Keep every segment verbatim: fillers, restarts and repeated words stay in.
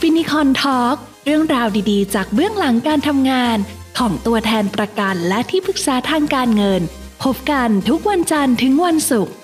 ฟินิคอนทอล์กเรื่องราวดีๆจากเบื้องหลังการทำงานของตัวแทนประกันและที่ปรึกษาทางการเงินพบกันทุกวันจันทร์ถึงวันศุกร์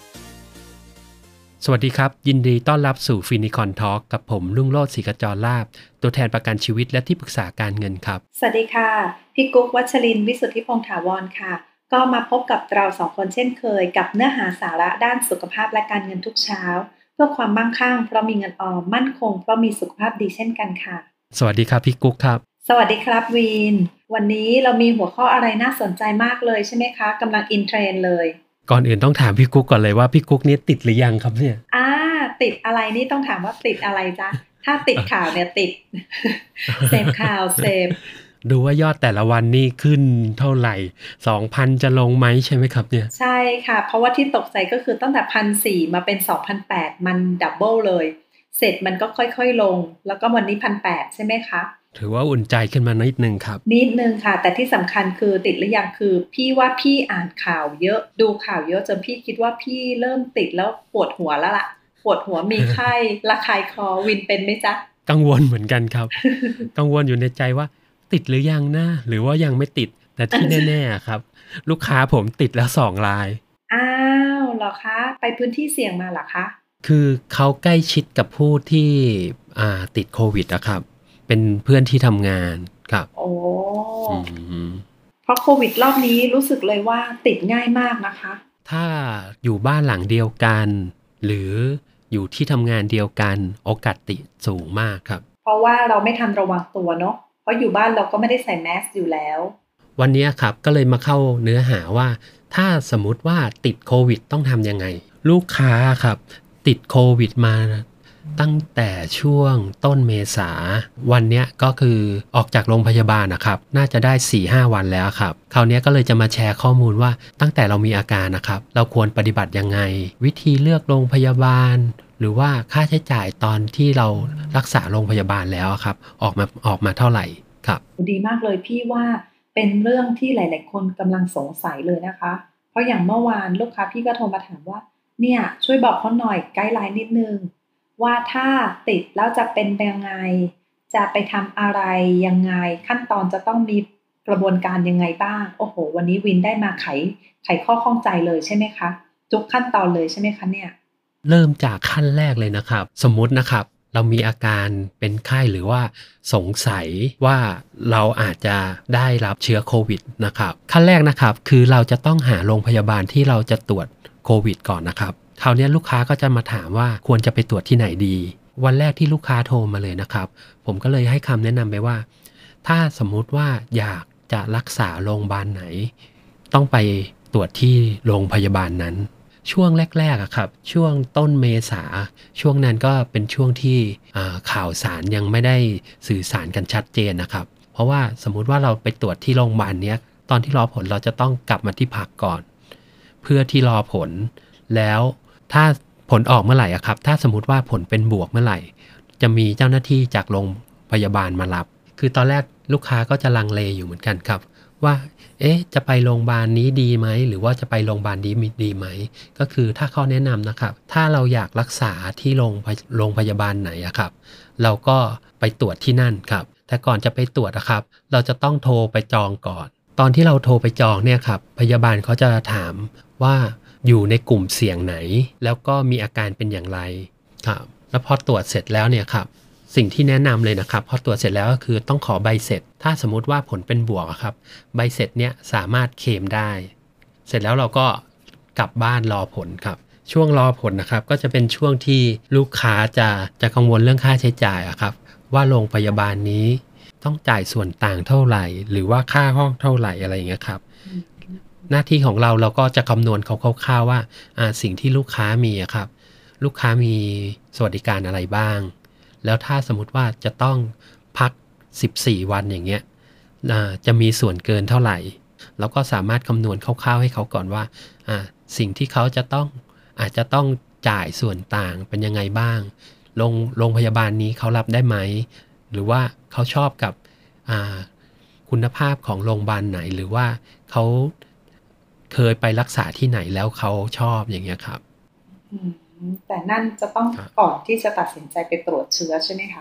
สวัสดีครับยินดีต้อนรับสู่ฟินิคอนทอล์กกับผมรุ่งโรจน์ศรีขจรลาภตัวแทนประกันชีวิตและที่ปรึกษาการเงินครับสวัสดีค่ะพี่กุ๊กวัชรินทร์วิสุทธิพงษ์ถาวรค่ะก็มาพบกับเราสองคนเช่นเคยกับเนื้อหาสาระด้านสุขภาพและการเงินทุกเช้าเพื่อความมั่งคั่งเพราะมีเงินออมมั่นคงเพราะมีสุขภาพดีเช่นกันค่ะสวัสดีครับพี่กุ๊กครับสวัสดีครับวีนวันนี้เรามีหัวข้ออะไรน่าสนใจมากเลยใช่ไหมคะกำลังอินเทรนด์เลยก่อนอื่นต้องถามพี่กุ๊กก่อนเลยว่าพี่กุ๊กนี้ติดหรือยังครับเนี่ยอ่าติดอะไรนี่ต้องถามว่าติดอะไรจ๊ะถ้าติดข่าวเนี่ยติด เสพข่าวเสพดูว่ายอดแต่ละวันนี่ขึ้นเท่าไหร่ สองพัน จะลงไหมใช่ไหมครับเนี่ยใช่ค่ะเพราะว่าที่ตกใจก็คือตั้งแต่ หนึ่งพันสี่ร้อย มาเป็น สองพันแปดร้อย มันดับเบิลเลยเสร็จมันก็ค่อยๆลงแล้วก็วันนี้ หนึ่งพันแปดร้อย ใช่ไหมคะถือว่าอุ่นใจขึ้นมานิดนึงครับนิดนึงค่ะแต่ที่สำคัญคือติดหรือยังคือพี่ว่าพี่อ่านข่าวเยอะดูข่าวเยอะจนพี่คิดว่าพี่เริ่มติดแล้วปวดหัวแล้วล่ะปวดหัวมีไข้ระคายคอวินเป็นไหมจ๊ะกังวลเหมือนกันครับ กังวลอยู่ในใจว่าติดหรือยังนะหรือว่ายังไม่ติดแต่ที่แน่ๆครับลูกค้าผมติดแล้วสองรายอ้าวเหรอคะไปพื้นที่เสี่ยงมาเหรอคะคือเขาใกล้ชิดกับผู้ที่อ่าติดโควิดอะครับเป็นเพื่อนที่ทำงานครับโอ้เพราะโควิดรอบนี้รู้สึกเลยว่าติดง่ายมากนะคะถ้าอยู่บ้านหลังเดียวกันหรืออยู่ที่ทำงานเดียวกันโอกาสติดสูงมากครับเพราะว่าเราไม่ทันระวังตัวเนาะเพราะอยู่บ้านเราก็ไม่ได้ใส่แมสอยู่แล้ววันนี้ครับก็เลยมาเข้าเนื้อหาว่าถ้าสมมุติว่าติดโควิดต้องทำยังไงลูกค้าครับติดโควิดมาตั้งแต่ช่วงต้นเมษาวันนี้ก็คือออกจากโรงพยาบาลนะครับน่าจะได้ สี่ห้า วันแล้วครับคราวนี้ก็เลยจะมาแชร์ข้อมูลว่าตั้งแต่เรามีอาการนะครับเราควรปฏิบัติยังไงวิธีเลือกโรงพยาบาลหรือว่าค่าใช้จ่ายตอนที่เรารักษาโรงพยาบาลแล้วครับออกมาออกมาเท่าไหร่ครับดีมากเลยพี่ว่าเป็นเรื่องที่หลายๆคนกำลังสงสัยเลยนะคะเพราะอย่างเมื่อวานลูกค้าพี่ก็โทรมาถามว่าเนี่ยช่วยบอกเขาหน่อยไกด์ไลน์นิดนึงว่าถ้าติดแล้วจะเป็นยังไงจะไปทำอะไรยังไงขั้นตอนจะต้องมีกระบวนการยังไงบ้างโอ้โหวันนี้วินได้มาไขไขข้อข้องใจเลยใช่ไหมคะทุกขั้นตอนเลยใช่ไหมคะเนี่ยเริ่มจากขั้นแรกเลยนะครับสมมุตินะครับเรามีอาการเป็นไข้หรือว่าสงสัยว่าเราอาจจะได้รับเชื้อโควิดนะครับขั้นแรกนะครับคือเราจะต้องหาโรงพยาบาลที่เราจะตรวจโควิดก่อนนะครับคราวนี้ลูกค้าก็จะมาถามว่าควรจะไปตรวจที่ไหนดีวันแรกที่ลูกค้าโทรมาเลยนะครับผมก็เลยให้คำแนะนำไปว่าถ้าสมมุติว่าอยากจะรักษาโรงพยาบาลไหนต้องไปตรวจที่โรงพยาบาลนั้นช่วงแรกๆอะครับช่วงต้นเมษาช่วงนั้นก็เป็นช่วงที่ข่าวสารยังไม่ได้สื่อสารกันชัดเจนนะครับเพราะว่าสมมุติว่าเราไปตรวจที่โรงพยาบาลเนี้ยตอนที่รอผลเราจะต้องกลับมาที่พักก่อนเพื่อที่รอผลแล้วถ้าผลออกเมื่อไหร่อะครับถ้าสมมุติว่าผลเป็นบวกเมื่อไหร่จะมีเจ้าหน้าที่จากโรงพยาบาลมารับคือตอนแรกลูกค้าก็จะลังเลอยู่เหมือนกันครับว่าเอ๊ะจะไปโรงพยาบาลนี้ดีไหมหรือว่าจะไปโรงพยาบาลนี้ดีไหมก็คือถ้าข้อแนะนำนะครับถ้าเราอยากรักษาที่โรงโรงพยาบาลไหนอะครับเราก็ไปตรวจที่นั่นครับแต่ก่อนจะไปตรวจนะครับเราจะต้องโทรไปจองก่อนตอนที่เราโทรไปจองเนี่ยครับพยาบาลเขาจะถามว่าอยู่ในกลุ่มเสี่ยงไหนแล้วก็มีอาการเป็นอย่างไรครับแล้วพอตรวจเสร็จแล้วเนี่ยครับสิ่งที่แนะนำเลยนะครับพอตรวจเสร็จแล้วก็คือต้องขอใบเสร็จถ้าสมมุติว่าผลเป็นบวกครับใบเสร็จเนี่ยสามารถเคลมได้เสร็จแล้วเราก็กลับบ้านรอผลครับช่วงรอผลนะครับก็จะเป็นช่วงที่ลูกค้าจะจะกังวลเรื่องค่าใช้จ่ายอะครับว่าโรงพยาบาลนี้ต้องจ่ายส่วนต่างเท่าไหร่หรือว่าค่าห้องเท่าไหร่อะไรอย่างเงี้ยครับหน้าที่ของเราเราก็จะคำนวณเขาคร่าวๆว่าสิ่งที่ลูกค้ามีอะครับลูกค้ามีสวัสดิการอะไรบ้างแล้วถ้าสมมุติว่าจะต้องพักสิบสี่วันอย่างเงี้ยจะมีส่วนเกินเท่าไหร่เราก็สามารถคำนวณคร่าวๆให้เขาก่อนว่าสิ่งที่เขาจะต้องอาจจะต้องจ่ายส่วนต่างเป็นยังไงบ้างโรงโรงพยาบาลนี้เขารับได้ไหมหรือว่าเขาชอบกับคุณภาพของโรงพยาบาลไหนหรือว่าเขาเคยไปรักษาที่ไหนแล้วเขาชอบอย่างเงี้ยครับแต่นั่นจะต้องก่อนที่จะตัดสินใจไปตรวจเชื้อใช่ไหมคะเพ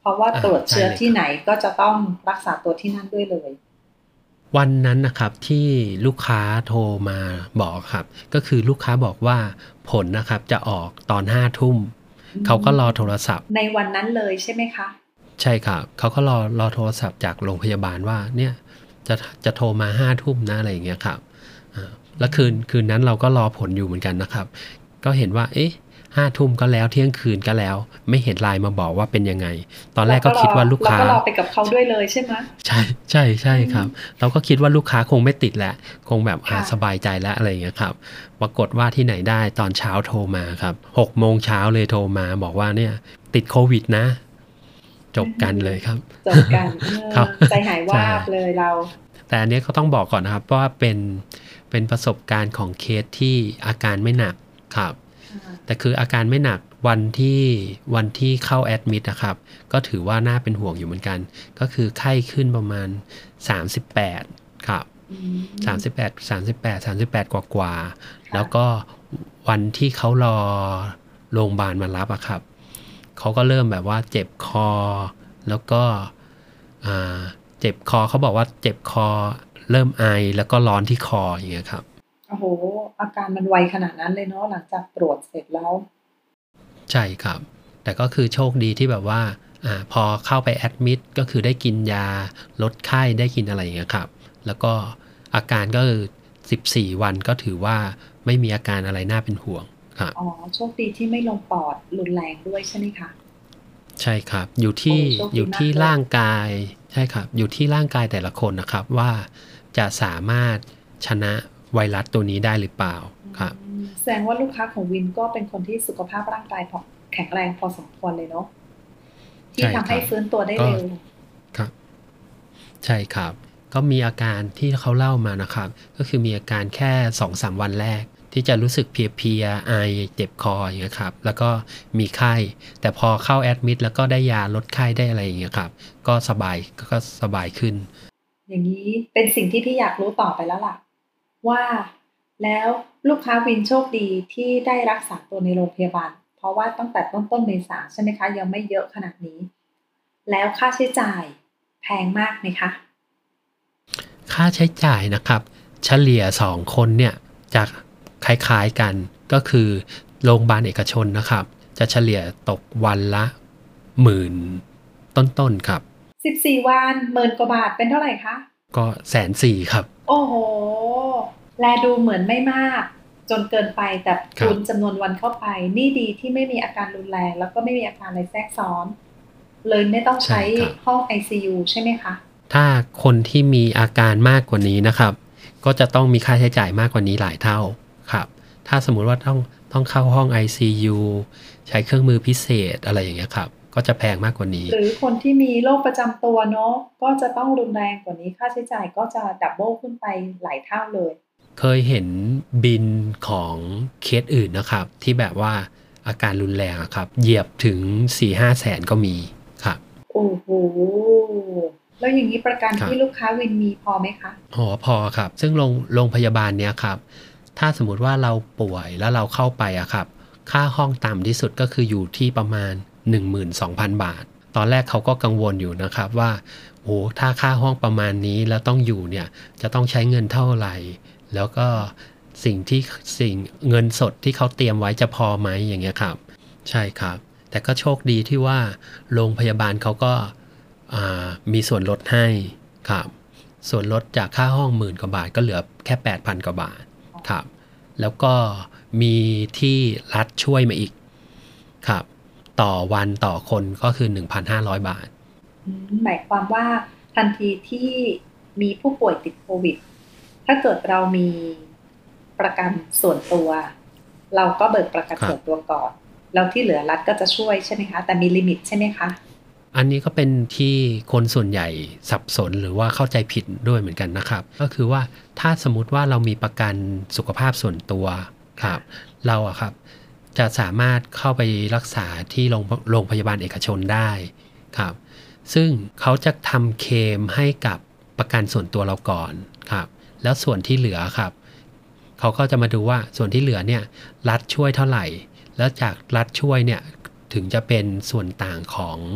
ราะว่าอ่าตรวจเชื้อใช่เลยที่ไหนก็จะต้องรักษาตัวที่นั่นด้วยเลยวันนั้นนะครับที่ลูกค้าโทรมาบอกครับ ก็คือลูกค้าบอกว่าผลนะครับจะออกตอนห้าทุ่มอืมเขาก็รอโทรศัพท์ในวันนั้นเลยใช่ไหมคะใช่ครับเขาก็รอรอโทรศัพท์จากโรงพยาบาลว่าเนี่ยจะจะโทรมาห้าทุ่มนะอะไรอย่างเงี้ยครับอ่าแล้วคืนคืนนั้นเราก็รอผลอยู่เหมือนกันนะครับ ก็เห็นว่าเอ๊ะห้าทุ่มก็แล้วเที่ยงคืนก็แล้ว ไม่เห็นไลน์มาบอกว่าเป็นยังไง ตอนแรกก็คิดว่าลูกค้าเราก็รอไปกับเขาด้วยเลยใช่ไหมใช่ใช่ใช่ครับ เราก็คิดว่าลูกค้าคงไม่ติดแล้วคงแบบอ่าค่ะสบายใจแล้วอะไรอย่างเงี้ยครับปรากฏว่าที่ไหนได้ตอนเช้าโทรมาครับหกโมงเช้าเลยโทรมาบอกว่าเนี่ยติดโควิดนะ จบกันเลยครับจบกันเออครับใจหายวาบใช่เลยเราแต่อันนี้เขาต้องบอกก่อนนะครับว่าเป็นเป็นประสบการณ์ของเคสที่อาการไม่หนักครับ แต่คืออาการไม่หนักวันที่วันที่เข้าแอดมิดนะครับ ก็ถือว่าน่าเป็นห่วงอยู่เหมือนกัน ก็คือไข้ขึ้นประมาณสามสิบแปดครับอืมสามสิบแปด สามสิบแปด สามสิบแปดกว่ากว่าๆค่ะแล้วก็วันที่เขารอโรงพยาบาลมารับอะครับเขาก็เริ่มแบบว่าเจ็บคอ แล้วก็อ่าเจ็บคอเขาบอกว่าเจ็บคอเริ่มไอแล้วก็ร้อนที่คออย่างเงี้ยครับโอ้โห อาการมันไวขนาดนั้นเลยเนาะหลังจากตรวจเสร็จแล้วใช่ครับ แต่ก็คือโชคดีที่แบบว่าอ่าพอเข้าไปแอดมิดก็คือได้กินยาลดไข้ได้กินอะไรอย่างเงี้ยครับ แล้วก็อาการก็คือสิบสี่วันก็ถือว่าไม่มีอาการอะไรน่าเป็นห่วงครับอ๋อ โชคดีที่ไม่ลงปอดรุนแรงด้วยใช่ไหมคะใช่ครับ อยู่ที่โอ้โชคดีอยู่ที่มากเลยร่างกายใช่ครับ อยู่ที่ร่างกายแต่ละคนนะครับว่าจะสามารถชนะไวรัสตัวนี้ได้หรือเปล่าครับอืมแสดงว่าลูกค้าของวินก็เป็นคนที่สุขภาพร่างกายพอแข็งแรงพอสมควรเลยเนาะที่ใช่ทำให้ครับฟื้นตัวได้ก็เร็วครับ ใช่ครับ ก็มีอาการที่เขาเล่ามานะครับ ก็คือมีอาการแค่ สองถึงสาม วันแรก ที่จะรู้สึกเพลียๆไอเจ็บคออย่างเงี้ยครับ แล้วก็มีไข้ แต่พอเข้าแอดมิดแล้วก็ได้ยาลดไข้ได้อะไรอย่างเงี้ยครับ ก็สบายก็สบายขึ้นอย่างนี้เป็นสิ่งที่พี่อยากรู้ต่อไปแล้วล่ะ ว่าแล้วลูกค้าวินโชคดีที่ได้รักษาตัวในโรงพยาบาล เพราะว่าตั้งแต่ต้นต้นเมษาใช่ไหมคะ ยังไม่เยอะขนาดนี้ แล้วค่าใช้จ่ายแพงมากไหมคะค่าใช้จ่ายนะครับ เฉลี่ยสองคนเนี่ยจะคล้ายๆกัน ก็คือโรงพยาบาลเอกชนนะครับ จะเฉลี่ยตกวันละหมื่นต้นๆครับสิบสี่ วันหมื่นกว่าบาทเป็นเท่าไหร่คะก็แสนสี่ครับโอ้โห แลดูเหมือนไม่มาก จนเกินไปแต่ครับคูณจำนวนวันเข้าไป นี่ดีที่ไม่มีอาการรุนแรง แล้วก็ไม่มีอาการอะไรแทรกซ้อน เลยไม่ต้องใช้ใช่ครับห้อง ไอ ซี ยู ใช่ไหมคะถ้าคนที่มีอาการมากกว่านี้นะครับ ก็จะต้องมีค่าใช้จ่ายมากกว่านี้หลายเท่าครับ ถ้าสมมุติว่าต้องต้องเข้าห้อง ไอ ซี ยู ใช้เครื่องมือพิเศษอะไรอย่างเงี้ยครับ ก็จะแพงมากกว่านี้หรือคนที่มีโรคประจำตัวเนาะก็จะต้องรุนแรงกว่านี้ ค่าใช้จ่ายก็จะดับเบิลขึ้นไปหลายเท่าเลยเคยเห็นบินของเคสอื่นนะครับ ที่แบบว่าอาการรุนแรงอะครับ เหยียบถึง สี่ห้า แสนก็มีครับโอ้โห แล้วอย่างนี้ประกันครับที่ลูกค้าวินมีพอไหมคะอ๋อพอครับ ซึ่งโรงโรงพยาบาลเนี้ยครับ ถ้าสมมุติว่าเราป่วยแล้วเราเข้าไปอะครับ ค่าห้องต่ำที่สุดก็คืออยู่ที่ประมาณ หนึ่งหมื่นสองพัน บาท ตอนแรกเขาก็กังวลอยู่นะครับว่าโอ้ถ้าค่าห้องประมาณนี้แล้วต้องอยู่เนี่ยจะต้องใช้เงินเท่าไหร่ แล้วก็สิ่งที่สิ่งเงินสดที่เขาเตรียมไว้จะพอไหมอย่างเงี้ยครับ ใช่ครับ แต่ก็โชคดีที่ว่าโรงพยาบาลเขาก็อ่ามีส่วนลดให้ครับ ส่วนลดจากค่าห้องหมื่นกว่าบาทก็เหลือแค่ แปดพัน กว่าบาทครับ แล้วก็มีที่รัฐช่วยมาอีกครับ ต่อวันต่อคนก็คือ หนึ่งพันห้าร้อย บาทอืมหมายความว่าทันทีที่มีผู้ป่วยติดโควิด ถ้าเกิดเรามีประกันส่วนตัว เราก็เบิกประกันครับส่วนตัวก่อนแล้วที่เหลือรัฐก็จะช่วยใช่ไหมคะ แต่มีลิมิตใช่ไหมคะอันนี้ก็เป็นที่คนส่วนใหญ่สับสนหรือว่าเข้าใจผิดด้วยเหมือนกันนะครับ ก็คือว่าถ้าสมมุติว่าเรามีประกันสุขภาพส่วนตัวครับ เราอะครับจะสามารถเข้าไปรักษาที่โรงโรงพยาบาลเอกชนได้ครับ ซึ่งเขาจะทำเคลมให้กับประกันส่วนตัวเราก่อนครับ แล้วส่วนที่เหลือครับ เขาก็จะมาดูว่าส่วนที่เหลือเนี่ยรัฐช่วยเท่าไหร่ แล้วจากรัฐช่วยเนี่ยถึงจะเป็นส่วนต่างของ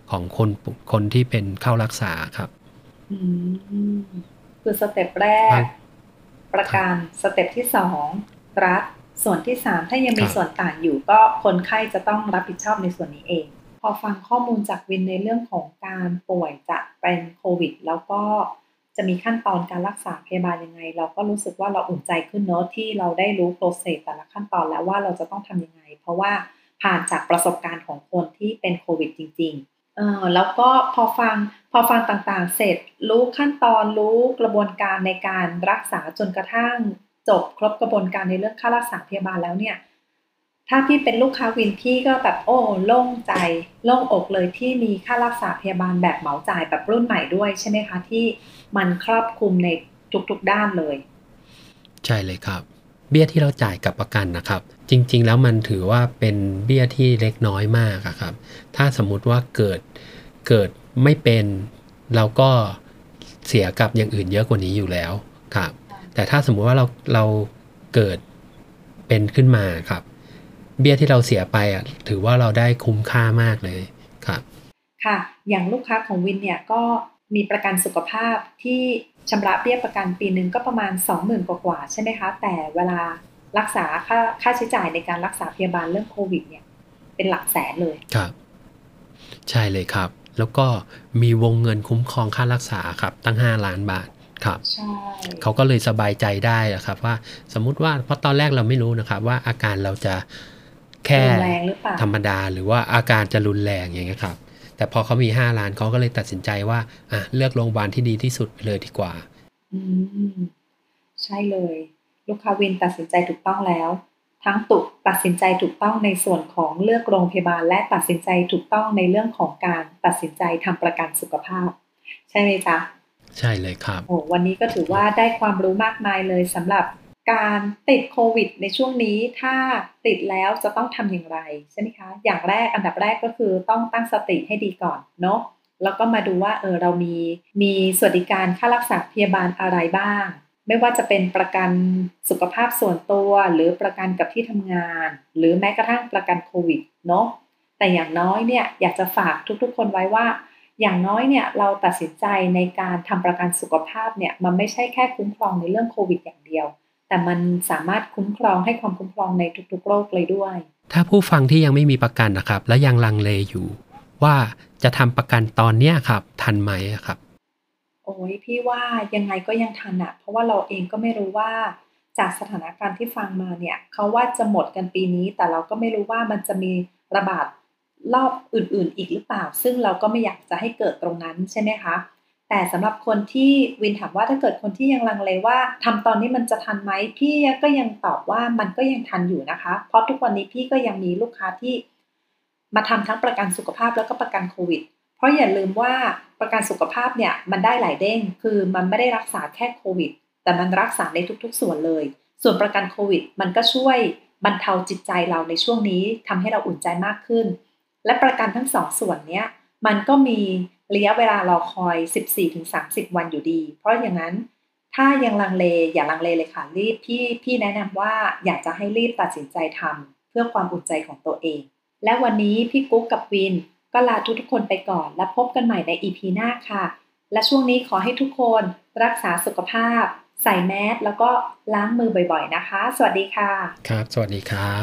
ของคนคนที่เป็นเข้ารักษาครับอืมคือสเต็ปแรกประกันสเต็ปที่สองรัฐส่วนที่สามถ้ายังมีส่วนต่างอยู่ก็คนไข้จะต้องรับผิดชอบในส่วนนี้เองพอฟังข้อมูลจากวินในเรื่องของการป่วยจะเป็นโควิดแล้วก็จะมีขั้นตอนการรักษาพยาบาลยังไงเราก็รู้สึกว่าเราอุ่นใจขึ้นเนอะที่เราได้รู้โปรเซสแต่ละขั้นตอนแล้วว่าเราจะต้องทำยังไงเพราะว่าผ่านจากประสบการณ์ของคนที่เป็นโควิดจริงๆเออแล้วก็พอฟังพอฟังต่างๆเสร็จรู้ขั้นตอนรู้กระบวนการในการรักษาจนกระทั่งจบครบกระบวนการในเรื่องค่ารักษาพยาบาลแล้วเนี่ยถ้าพี่เป็นลูกค้าวินพี่ก็แบบโอ้โล่งใจโล่งอกเลยที่มีค่ารักษาพยาบาลแบบเหมาจ่ายแบบรุ่นใหม่ด้วยใช่ไหมคะที่มันครอบคลุมในทุกๆด้านเลยใช่เลยครับเบี้ยที่เราจ่ายกับประกันนะครับจริงๆแล้วมันถือว่าเป็นเบี้ยที่เล็กน้อยมากครับถ้าสมมุติว่าเกิดเกิดไม่เป็นเราก็เสียกับอย่างอื่นเยอะกว่านี้อยู่แล้วครับแต่ถ้าสมมุติว่าเราเราเกิดเป็นขึ้นมาครับเบี้ยที่เราเสียไปอ่ะถือว่าเราได้คุ้มค่ามากเลยครับค่ะอย่างลูกค้าของวินเนี่ยก็มีประกันสุขภาพที่ชำระเบี้ยประกันปีนึงก็ประมาณ สองหมื่น กว่าๆใช่ไหมคะแต่เวลารักษาค่าค่าใช้จ่ายในการรักษาพยาบาลเรื่องโควิดเนี่ยเป็นหลักแสนเลยครับใช่เลยครับแล้วก็มีวงเงินคุ้มครองค่ารักษาครับตั้งห้าล้านบาทครับใช่เขาก็เลยสบายใจได้ครับว่าสมมุติว่าเพราะตอนแรกเราไม่รู้นะครับว่าอาการเราจะแค่ธรรมดาหรือว่าอาการจะรุนแรงอย่างเงี้ยครับแต่พอเขามีห้าล้านเขาก็เลยตัดสินใจว่าอ่ะเลือกโรงพยาบาลที่ดีที่สุดเลยดีกว่าอืมใช่เลยลูกค้าวินตัดสินใจถูกต้องแล้วทั้งตุกตัดสินใจถูกต้องในส่วนของเลือกโรงพยาบาลและตัดสินใจถูกต้องในเรื่องของการตัดสินใจทำประกันสุขภาพใช่ไหมจ๊ะใช่เลยครับโอ้วันนี้ก็ถือว่าได้ความรู้มากมายเลยสำหรับการติดโควิดในช่วงนี้ถ้าติดแล้วจะต้องทำอย่างไรใช่ไหมคะอย่างแรกอันดับแรกก็คือต้องตั้งสติให้ดีก่อนเนาะแล้วก็มาดูว่าเออเรามีมีสวัสดิการค่ารักษาพยาบาลอะไรบ้างไม่ว่าจะเป็นประกันสุขภาพส่วนตัวหรือประกันกับที่ทำงานหรือแม้กระทั่งประกันโควิดเนาะแต่อย่างน้อยเนี่ยอยากจะฝากทุกๆคนไว้ว่าอย่างน้อยเนี่ยเราตัดสินใจในการทำประกันสุขภาพเนี่ยมันไม่ใช่แค่คุ้มครองในเรื่องโควิดอย่างเดียวแต่มันสามารถคุ้มครองให้ความคุ้มครองในทุกๆโรคเลยด้วยถ้าผู้ฟังที่ยังไม่มีประกันนะครับและยังลังเลอยู่ว่าจะทำประกันตอนเนี้ยครับทันไหมครับโอ้ยพี่ว่ายังไงก็ยังทันอะเพราะว่าเราเองก็ไม่รู้ว่าจากสถานการณ์ที่ฟังมาเนี่ยเขาว่าจะหมดกันปีนี้แต่เราก็ไม่รู้ว่ามันจะมีระบาดรอบอื่นๆอีกหรือเปล่าซึ่งเราก็ไม่อยากจะให้เกิดตรงนั้นใช่ไหมคะแต่สำหรับคนที่วินถามว่าถ้าเกิดคนที่ยังลังเลว่าทำตอนนี้มันจะทันไหมพี่ก็ยังตอบว่ามันก็ยังทันอยู่นะคะเพราะทุกวันนี้พี่ก็ยังมีลูกค้าที่มาทำทั้งประกันสุขภาพแล้วก็ประกันโควิดเพราะอย่าลืมว่าประกันสุขภาพเนี่ยมันได้หลายเด้งคือมันไม่ได้รักษาแค่โควิดแต่มันรักษาในทุกๆส่วนเลยส่วนประกันโควิดมันก็ช่วยบรรเทาจิตใจเราในช่วงนี้ทำให้เราอุ่นใจมากขึ้นและประกันทั้งสองส่วนเนี้ยมันก็มีระยะเวลารอคอย สิบสี่ถึงสามสิบ วันอยู่ดีเพราะอย่างนั้นถ้ายังลังเลอย่าลังเลเลยค่ะรีบพี่พี่แนะนำว่าอยากจะให้รีบตัดสินใจทำเพื่อความอุ่นใจของตัวเองและวันนี้พี่กุ๊กกับวินก็ลาทุกๆคนไปก่อนและพบกันใหม่ใน อี พี หน้าค่ะและช่วงนี้ขอให้ทุกคนรักษาสุขภาพใส่แมสแล้วก็ล้างมือบ่อยๆนะคะสวัสดีค่ะครับสวัสดีครับ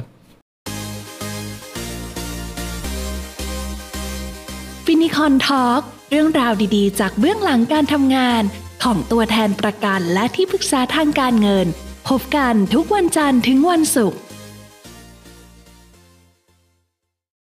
ฟินิคอนทอล์กเรื่องราวดีๆจากเบื้องหลังการทำงานของตัวแทนประกันและที่ปรึกษาทางการเงินพบกันทุกวันจันทร์ถึงวันศุกร์